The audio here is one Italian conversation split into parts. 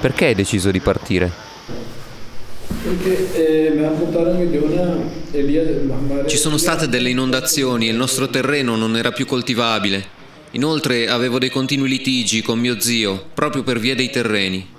Perché hai deciso di partire? Ci sono state delle inondazioni e il nostro terreno non era più coltivabile. Inoltre avevo dei continui litigi con mio zio, proprio per via dei terreni.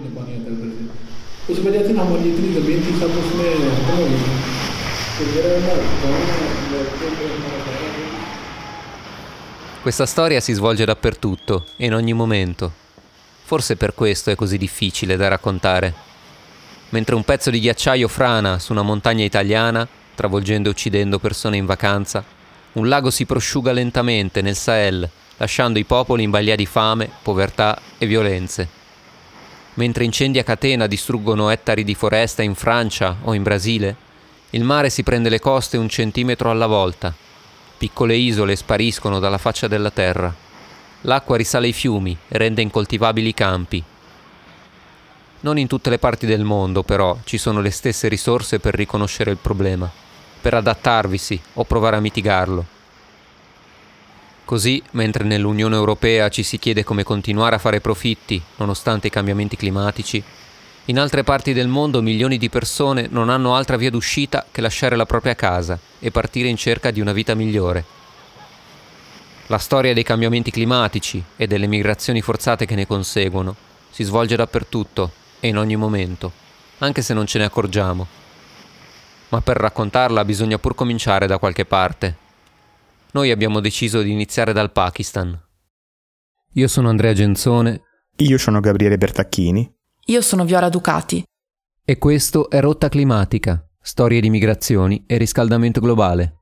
Questa storia si svolge dappertutto e in ogni momento. Forse per questo è così difficile da raccontare. Mentre un pezzo di ghiacciaio frana su una montagna italiana, travolgendo e uccidendo persone in vacanza, un lago si prosciuga lentamente nel Sahel, lasciando i popoli in balia di fame, povertà e violenze. Mentre incendi a catena distruggono ettari di foresta in Francia o in Brasile, il mare si prende le coste 1 centimetro alla volta. Piccole isole spariscono dalla faccia della terra. L'acqua risale i fiumi e rende incoltivabili i campi. Non in tutte le parti del mondo, però, ci sono le stesse risorse per riconoscere il problema, per adattarvisi o provare a mitigarlo. Così, mentre nell'Unione Europea ci si chiede come continuare a fare profitti, nonostante i cambiamenti climatici, in altre parti del mondo milioni di persone non hanno altra via d'uscita che lasciare la propria casa e partire in cerca di una vita migliore. La storia dei cambiamenti climatici e delle migrazioni forzate che ne conseguono si svolge dappertutto e in ogni momento, anche se non ce ne accorgiamo. Ma per raccontarla bisogna pur cominciare da qualche parte. Noi abbiamo deciso di iniziare dal Pakistan. Io sono Andrea Genzone. Io sono Gabriele Bertacchini. Io sono Viola Ducati. E questo è Rotta Climatica, storie di migrazioni e riscaldamento globale.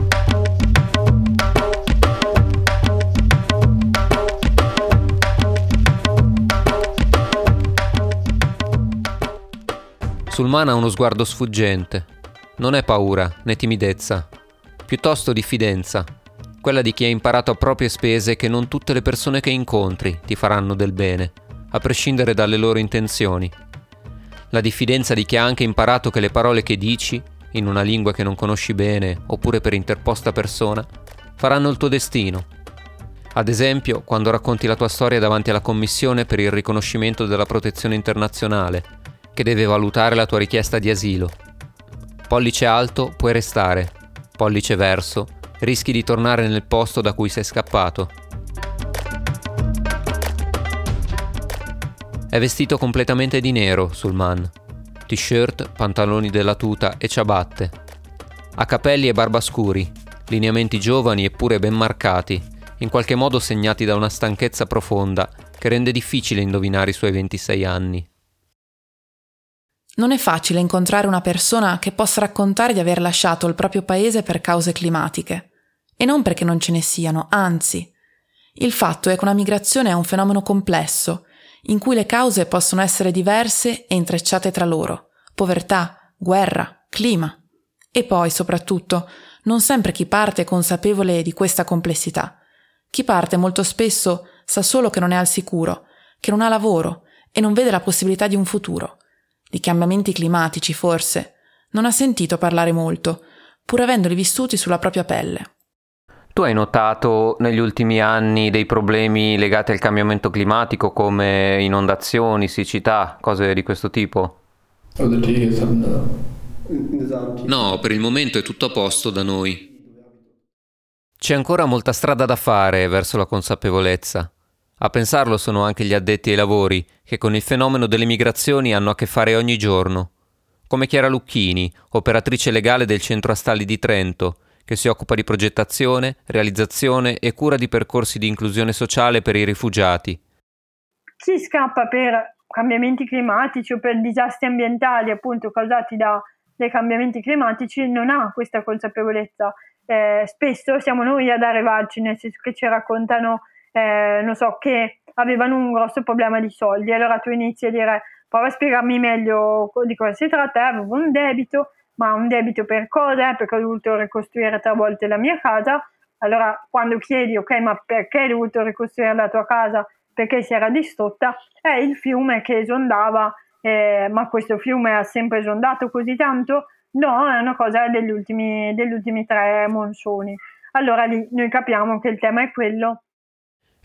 Sulman ha uno sguardo sfuggente. Non è paura né timidezza, piuttosto diffidenza, quella di chi ha imparato a proprie spese che non tutte le persone che incontri ti faranno del bene, a prescindere dalle loro intenzioni. La diffidenza di chi ha anche imparato che le parole che dici, in una lingua che non conosci bene oppure per interposta persona, faranno il tuo destino. Ad esempio, quando racconti la tua storia davanti alla Commissione per il riconoscimento della protezione internazionale, che deve valutare la tua richiesta di asilo. Pollice alto, puoi restare. Pollice verso, rischi di tornare nel posto da cui sei scappato. È vestito completamente di nero, Sulman. T-shirt, pantaloni della tuta e ciabatte. Ha capelli e barba scuri, lineamenti giovani eppure ben marcati, in qualche modo segnati da una stanchezza profonda che rende difficile indovinare i suoi 26 anni. Non è facile incontrare una persona che possa raccontare di aver lasciato il proprio paese per cause climatiche. E non perché non ce ne siano, anzi. Il fatto è che una migrazione è un fenomeno complesso, in cui le cause possono essere diverse e intrecciate tra loro. Povertà, guerra, clima. E poi, soprattutto, non sempre chi parte è consapevole di questa complessità. Chi parte molto spesso sa solo che non è al sicuro, che non ha lavoro e non vede la possibilità di un futuro. Di cambiamenti climatici, forse, non ha sentito parlare molto, pur avendoli vissuti sulla propria pelle. Tu hai notato negli ultimi anni dei problemi legati al cambiamento climatico come inondazioni, siccità, cose di questo tipo? No, per il momento è tutto a posto da noi. C'è ancora molta strada da fare verso la consapevolezza. A pensarlo sono anche gli addetti ai lavori, che con il fenomeno delle migrazioni hanno a che fare ogni giorno. Come Chiara Lucchini, operatrice legale del Centro Astalli di Trento, che si occupa di progettazione, realizzazione e cura di percorsi di inclusione sociale per i rifugiati. Chi scappa per cambiamenti climatici o per disastri ambientali appunto causati dai cambiamenti climatici non ha questa consapevolezza. Spesso siamo noi ad arrivarci, nel senso che ci raccontano non so, che avevano un grosso problema di soldi. Allora tu inizi a dire: prova a spiegarmi meglio di cosa si tratta. Avevo un debito, ma un debito per cosa? Perché ho dovuto ricostruire 3 volte la mia casa. Allora quando chiedi ok, ma perché hai dovuto ricostruire la tua casa? Perché si era distrutta. È il fiume che esondava, ma questo fiume ha sempre esondato così tanto? No, è una cosa degli ultimi 3 monsoni. Allora lì noi capiamo che il tema è quello.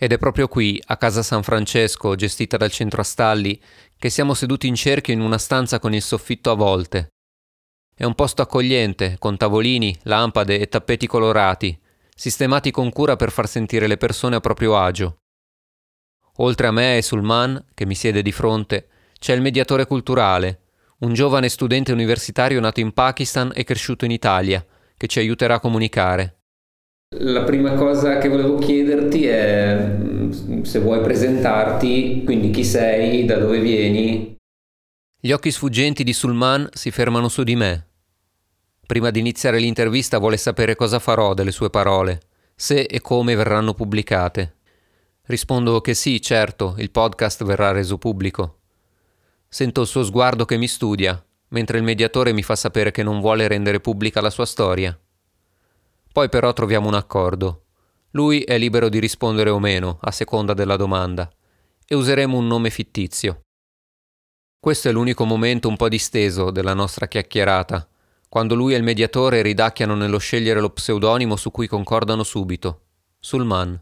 Ed è proprio qui, a casa San Francesco, gestita dal centro Astalli, che siamo seduti in cerchio in una stanza con il soffitto a volte. È un posto accogliente, con tavolini, lampade e tappeti colorati, sistemati con cura per far sentire le persone a proprio agio. Oltre a me e Sulman, che mi siede di fronte, c'è il mediatore culturale, un giovane studente universitario nato in Pakistan e cresciuto in Italia, che ci aiuterà a comunicare. La prima cosa che volevo chiederti è se vuoi presentarti, quindi chi sei, da dove vieni. Gli occhi sfuggenti di Sulman si fermano su di me. Prima di iniziare l'intervista vuole sapere cosa farò delle sue parole, se e come verranno pubblicate. Rispondo che sì, certo, il podcast verrà reso pubblico. Sento il suo sguardo che mi studia, mentre il mediatore mi fa sapere che non vuole rendere pubblica la sua storia. Poi però troviamo un accordo. Lui è libero di rispondere o meno, a seconda della domanda, e useremo un nome fittizio. Questo è l'unico momento un po' disteso della nostra chiacchierata, quando lui e il mediatore ridacchiano nello scegliere lo pseudonimo su cui concordano subito. Sulman.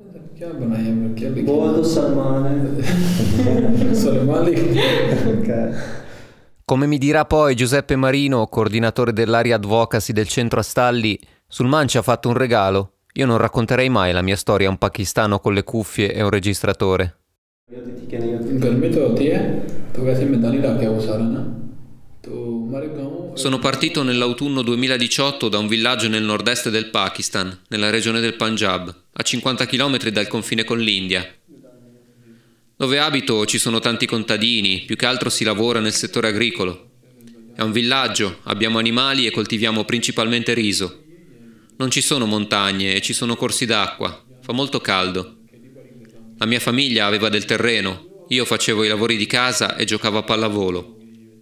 Come mi dirà poi Giuseppe Marino, coordinatore dell'area advocacy del centro Astalli, Sulman ci ha fatto un regalo. Io non racconterei mai la mia storia a un pakistano con le cuffie e un registratore. Sono partito nell'autunno 2018 da un villaggio nel nord-est del Pakistan, nella regione del Punjab, a 50 km dal confine con l'India. Dove abito ci sono tanti contadini, più che altro si lavora nel settore agricolo. È un villaggio, abbiamo animali e coltiviamo principalmente riso. Non ci sono montagne e ci sono corsi d'acqua, fa molto caldo. La mia famiglia aveva del terreno, io facevo i lavori di casa e giocavo a pallavolo.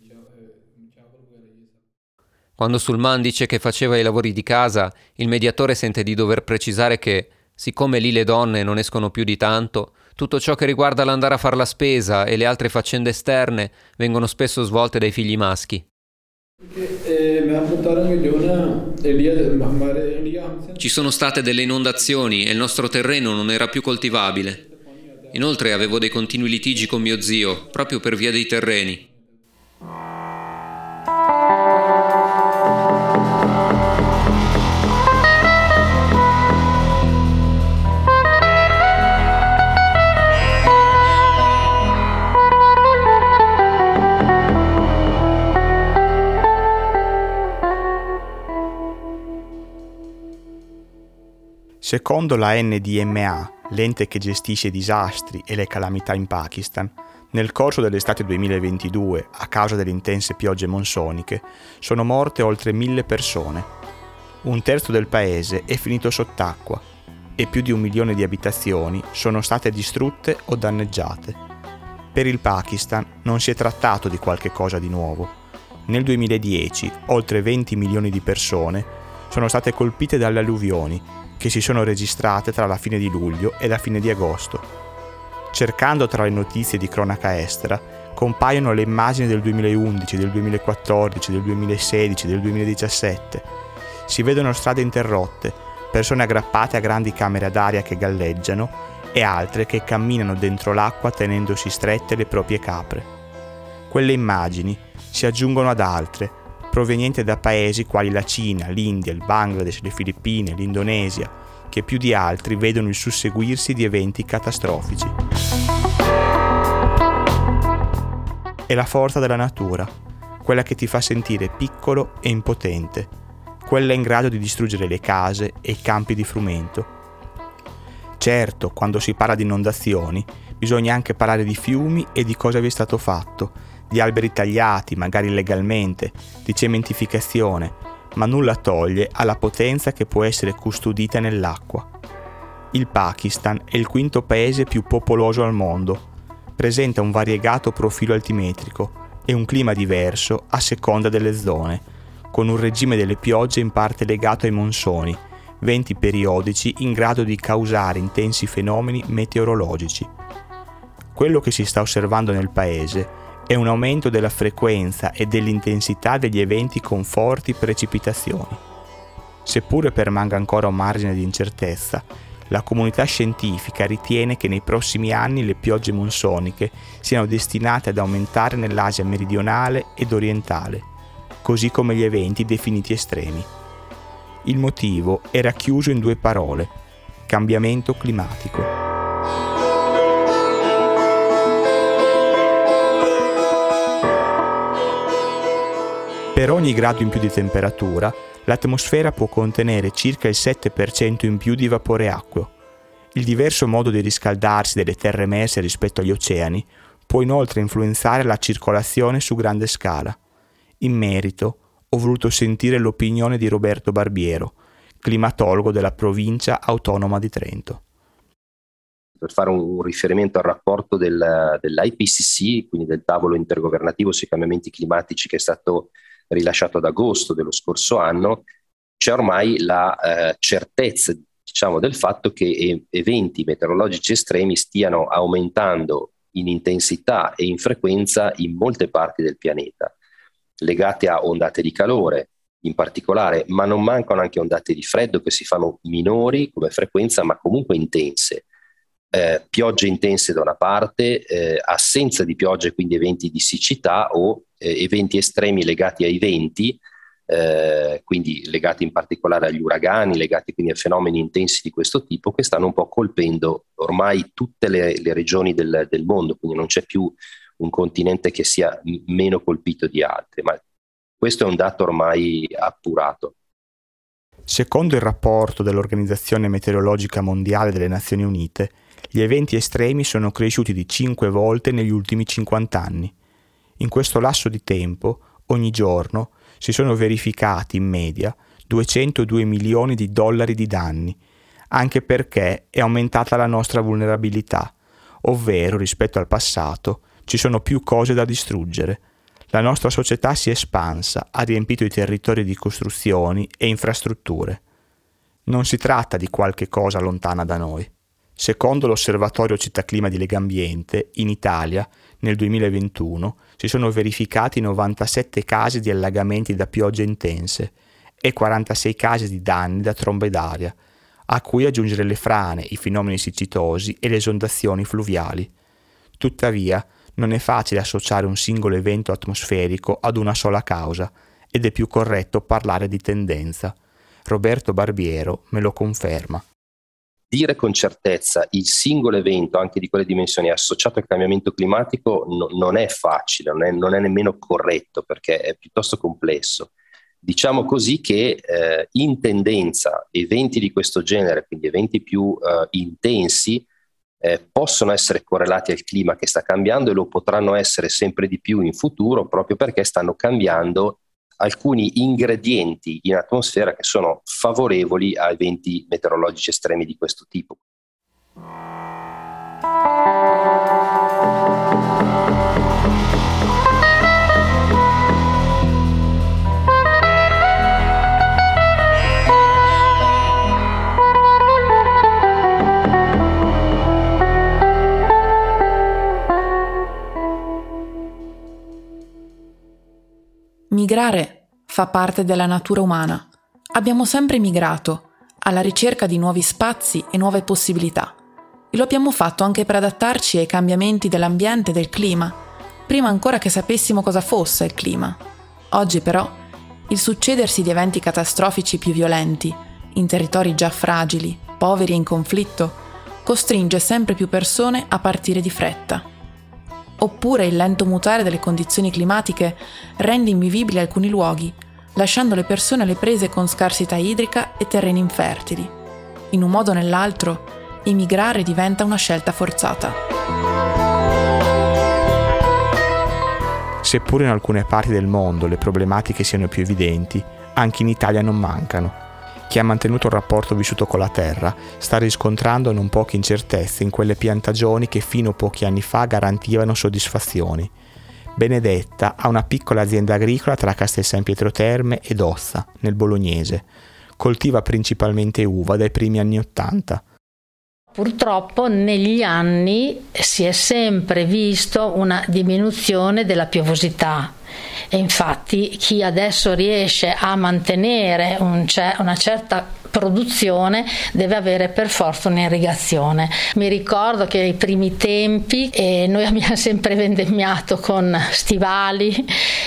Quando Sulman dice che faceva i lavori di casa, il mediatore sente di dover precisare che, siccome lì le donne non escono più di tanto, tutto ciò che riguarda l'andare a far la spesa e le altre faccende esterne vengono spesso svolte dai figli maschi. Ci sono state delle inondazioni e il nostro terreno non era più coltivabile. Inoltre avevo dei continui litigi con mio zio, proprio per via dei terreni. Secondo la NDMA, l'ente che gestisce i disastri e le calamità in Pakistan, nel corso dell'estate 2022, a causa delle intense piogge monsoniche, sono morte oltre 1000 persone. Un terzo del paese è finito sott'acqua e più di 1 milione di abitazioni sono state distrutte o danneggiate. Per il Pakistan non si è trattato di qualche cosa di nuovo. Nel 2010 oltre 20 milioni di persone sono state colpite dalle alluvioni che si sono registrate tra la fine di luglio e la fine di agosto. Cercando tra le notizie di cronaca estera, compaiono le immagini del 2011, del 2014, del 2016, del 2017. Si vedono strade interrotte, persone aggrappate a grandi camere ad aria che galleggiano e altre che camminano dentro l'acqua tenendosi strette le proprie capre. Quelle immagini si aggiungono ad altre, proveniente da paesi quali la Cina, l'India, il Bangladesh, le Filippine, l'Indonesia, che più di altri vedono il susseguirsi di eventi catastrofici. È la forza della natura, quella che ti fa sentire piccolo e impotente, quella in grado di distruggere le case e i campi di frumento. Certo, quando si parla di inondazioni, bisogna anche parlare di fiumi e di cosa vi è stato fatto, di alberi tagliati, magari illegalmente, di cementificazione, ma nulla toglie alla potenza che può essere custodita nell'acqua. Il Pakistan è il quinto paese più popoloso al mondo, presenta un variegato profilo altimetrico e un clima diverso a seconda delle zone, con un regime delle piogge in parte legato ai monsoni, venti periodici in grado di causare intensi fenomeni meteorologici. Quello che si sta osservando nel paese è un aumento della frequenza e dell'intensità degli eventi con forti precipitazioni. Seppure permanga ancora un margine di incertezza, la comunità scientifica ritiene che nei prossimi anni le piogge monsoniche siano destinate ad aumentare nell'Asia meridionale ed orientale, così come gli eventi definiti estremi. Il motivo è racchiuso in 2 parole: cambiamento climatico. Per ogni grado in più di temperatura, l'atmosfera può contenere circa il 7% in più di vapore acqueo. Il diverso modo di riscaldarsi delle terre emerse rispetto agli oceani può inoltre influenzare la circolazione su grande scala. In merito, ho voluto sentire l'opinione di Roberto Barbiero, climatologo della provincia autonoma di Trento. Per fare un riferimento al rapporto dell'IPCC, quindi del tavolo intergovernativo sui cambiamenti climatici, che è stato rilasciato ad agosto dello scorso anno, c'è ormai la certezza, del fatto che eventi meteorologici estremi stiano aumentando in intensità e in frequenza in molte parti del pianeta, legate a ondate di calore in particolare, ma non mancano anche ondate di freddo che si fanno minori come frequenza, ma comunque intense. Piogge intense da una parte, assenza di piogge, quindi eventi di siccità o eventi estremi legati ai venti, quindi legati in particolare agli uragani, legati quindi a fenomeni intensi di questo tipo, che stanno un po' colpendo ormai tutte le regioni del mondo, quindi non c'è più un continente che sia meno colpito di altri, ma questo è un dato ormai appurato. Secondo il rapporto dell'Organizzazione Meteorologica Mondiale delle Nazioni Unite, gli eventi estremi sono cresciuti di 5 volte negli ultimi 50 anni. In questo lasso di tempo, ogni giorno, si sono verificati in media 202 milioni di dollari di danni, anche perché è aumentata la nostra vulnerabilità, ovvero rispetto al passato ci sono più cose da distruggere. La nostra società si è espansa, ha riempito i territori di costruzioni e infrastrutture. Non si tratta di qualche cosa lontana da noi. Secondo l'Osservatorio Città Clima di Legambiente, in Italia, nel 2021, si sono verificati 97 casi di allagamenti da piogge intense e 46 casi di danni da trombe d'aria, a cui aggiungere le frane, i fenomeni siccitosi e le esondazioni fluviali. Tuttavia, non è facile associare un singolo evento atmosferico ad una sola causa, ed è più corretto parlare di tendenza. Roberto Barbiero me lo conferma. Dire con certezza il singolo evento, anche di quelle dimensioni, associato al cambiamento climatico non è facile, non è nemmeno corretto, perché è piuttosto complesso. Diciamo così che in tendenza eventi di questo genere, quindi eventi più intensi, possono essere correlati al clima che sta cambiando e lo potranno essere sempre di più in futuro, proprio perché stanno cambiando alcuni ingredienti in atmosfera che sono favorevoli a eventi meteorologici estremi di questo tipo. Migrare fa parte della natura umana. Abbiamo sempre migrato, alla ricerca di nuovi spazi e nuove possibilità. E lo abbiamo fatto anche per adattarci ai cambiamenti dell'ambiente e del clima, prima ancora che sapessimo cosa fosse il clima. Oggi però, il succedersi di eventi catastrofici più violenti, in territori già fragili, poveri e in conflitto, costringe sempre più persone a partire di fretta. Oppure il lento mutare delle condizioni climatiche rende invivibili alcuni luoghi, lasciando le persone alle prese con scarsità idrica e terreni infertili. In un modo o nell'altro, emigrare diventa una scelta forzata. Seppure in alcune parti del mondo le problematiche siano più evidenti, anche in Italia non mancano. Chi ha mantenuto un rapporto vissuto con la terra sta riscontrando non poche incertezze in quelle piantagioni che fino a pochi anni fa garantivano soddisfazioni. Benedetta ha una piccola azienda agricola tra Castel San Pietro Terme ed Ozza, nel Bolognese. Coltiva principalmente uva dai primi anni '80. Purtroppo negli anni si è sempre visto una diminuzione della piovosità e infatti chi adesso riesce a mantenere una certa produzione deve avere per forza un'irrigazione. Mi ricordo che ai primi tempi noi abbiamo sempre vendemmiato con stivali,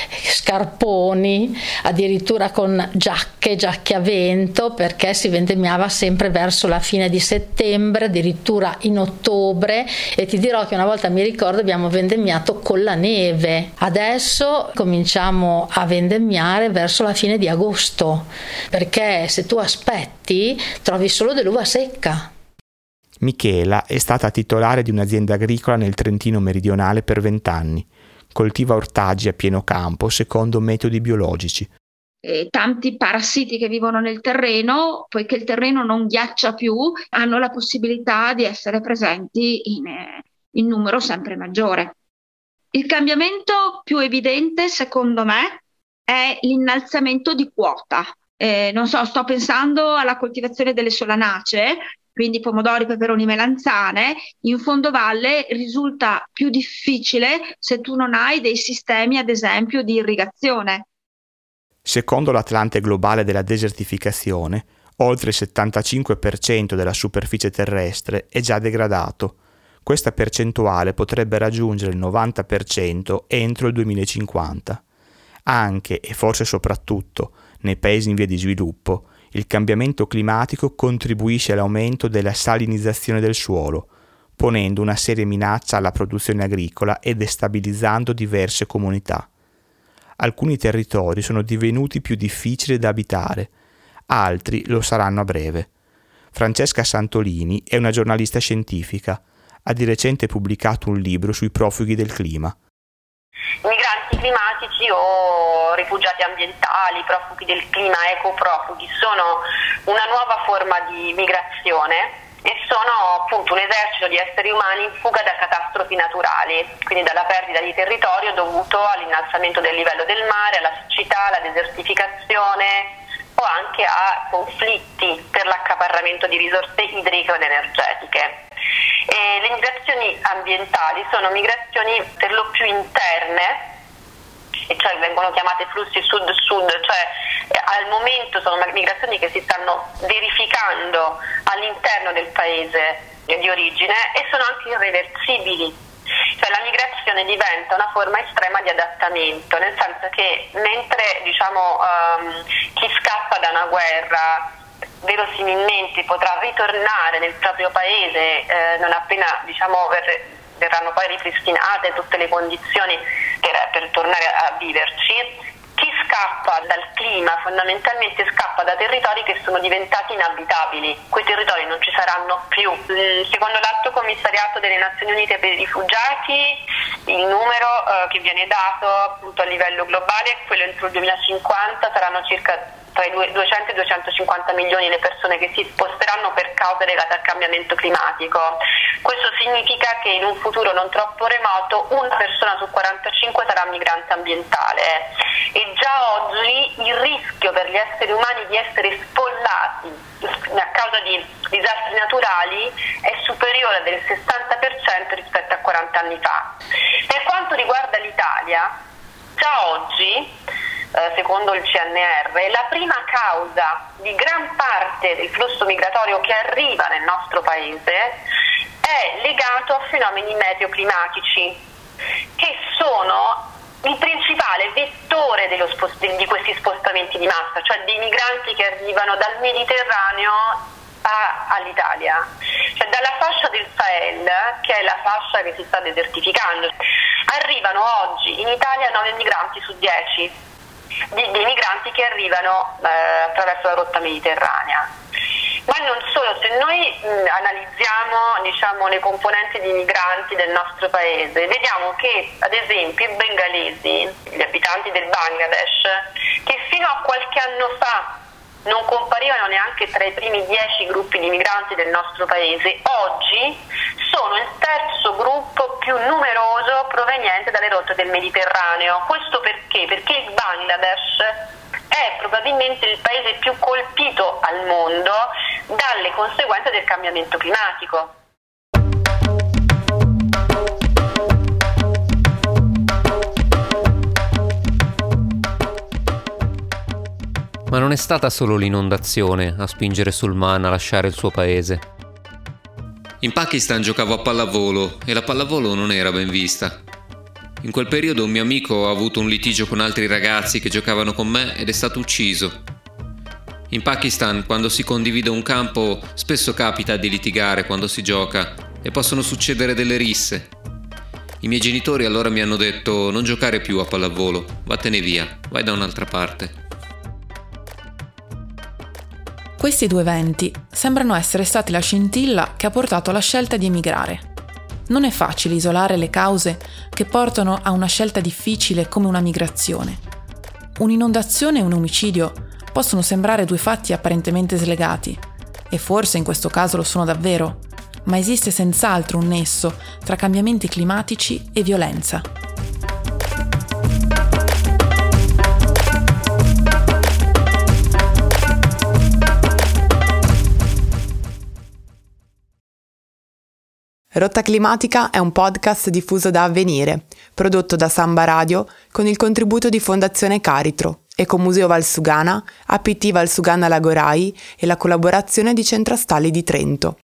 scarponi, addirittura con giacche a vento, perché si vendemmiava sempre verso la fine di settembre, addirittura in ottobre, e ti dirò che una volta, mi ricordo, abbiamo vendemmiato con la neve. Adesso cominciamo a vendemmiare verso la fine di agosto, perché se tu aspetti trovi solo dell'uva secca. Michela è stata titolare di un'azienda agricola nel Trentino meridionale per 20 anni. Coltiva ortaggi a pieno campo secondo metodi biologici. Tanti parassiti che vivono nel terreno, poiché il terreno non ghiaccia più, hanno la possibilità di essere presenti in numero sempre maggiore. Il cambiamento più evidente, secondo me, è l'innalzamento di quota. Non so, sto pensando alla coltivazione delle solanacee, quindi pomodori, peperoni, melanzane. In fondovalle risulta più difficile se tu non hai dei sistemi, ad esempio, di irrigazione. Secondo l'Atlante globale della desertificazione, oltre il 75% della superficie terrestre è già degradato. Questa percentuale potrebbe raggiungere il 90% entro il 2050. Anche, e forse soprattutto, nei paesi in via di sviluppo, il cambiamento climatico contribuisce all'aumento della salinizzazione del suolo, ponendo una seria minaccia alla produzione agricola e destabilizzando diverse comunità. Alcuni territori sono divenuti più difficili da abitare, altri lo saranno a breve. Francesca Santolini è una giornalista scientifica. Ha di recente pubblicato un libro sui profughi del clima. Migranti climatici o rifugiati ambientali, profughi del clima, ecoprofughi, sono una nuova forma di migrazione e sono appunto un esercito di esseri umani in fuga da catastrofi naturali, quindi dalla perdita di territorio dovuto all'innalzamento del livello del mare, alla siccità, alla desertificazione o anche a conflitti per l'accaparramento di risorse idriche ed energetiche. E le migrazioni ambientali sono migrazioni per lo più interne, e cioè vengono chiamate flussi sud-sud, cioè al momento sono migrazioni che si stanno verificando all'interno del paese di origine e sono anche irreversibili. Cioè la migrazione diventa una forma estrema di adattamento, nel senso che mentre chi scappa da una guerra verosimilmente potrà ritornare nel proprio paese non appena verranno poi ripristinate tutte le condizioni per tornare a viverci. Chi scappa dal clima fondamentalmente scappa da territori che sono diventati inabitabili. Quei territori non ci saranno più. Secondo l'Alto Commissariato delle Nazioni Unite per i Rifugiati, il numero che viene dato appunto a livello globale, quello entro il 2050 saranno circa tra i 200 e 250 milioni le persone che si sposteranno per cause legate al cambiamento climatico. Questo significa che in un futuro non troppo remoto una persona su 45 sarà migrante ambientale e già oggi il rischio per gli esseri umani di essere sfollati a causa di disastri naturali è superiore del 60% rispetto a 40 anni fa. Per quanto riguarda l'Italia, già oggi secondo il CNR, la prima causa di gran parte del flusso migratorio che arriva nel nostro paese è legato a fenomeni meteoclimatici, che sono il principale vettore di questi spostamenti di massa, cioè dei migranti che arrivano dal Mediterraneo all'Italia, cioè dalla fascia del Sahel, che è la fascia che si sta desertificando. Arrivano oggi in Italia 9 migranti su 10 dei migranti che arrivano attraverso la rotta mediterranea. Ma non solo, se noi analizziamo le componenti di migranti del nostro paese, vediamo che ad esempio i bengalesi, gli abitanti del Bangladesh, che fino a qualche anno fa non comparivano neanche tra i primi 10 gruppi di migranti del nostro paese, oggi sono il terzo gruppo più numeroso proveniente dalle rotte del Mediterraneo. Questo perché? Perché il Bangladesh è probabilmente il paese più colpito al mondo dalle conseguenze del cambiamento climatico. Ma non è stata solo l'inondazione a spingere Sulman a lasciare il suo paese. In Pakistan giocavo a pallavolo e la pallavolo non era ben vista. In quel periodo un mio amico ha avuto un litigio con altri ragazzi che giocavano con me ed è stato ucciso. In Pakistan, quando si condivide un campo, spesso capita di litigare quando si gioca e possono succedere delle risse. I miei genitori allora mi hanno detto: non giocare più a pallavolo, vattene via, vai da un'altra parte. Questi due eventi sembrano essere stati la scintilla che ha portato alla scelta di emigrare. Non è facile isolare le cause che portano a una scelta difficile come una migrazione. Un'inondazione e un omicidio possono sembrare due fatti apparentemente slegati, e forse in questo caso lo sono davvero, ma esiste senz'altro un nesso tra cambiamenti climatici e violenza. Rotta Climatica è un podcast diffuso da Avvenire, prodotto da Samba Radio con il contributo di Fondazione Caritro, Ecomuseo Valsugana, APT Valsugana Lagorai e la collaborazione di Centrastali di Trento.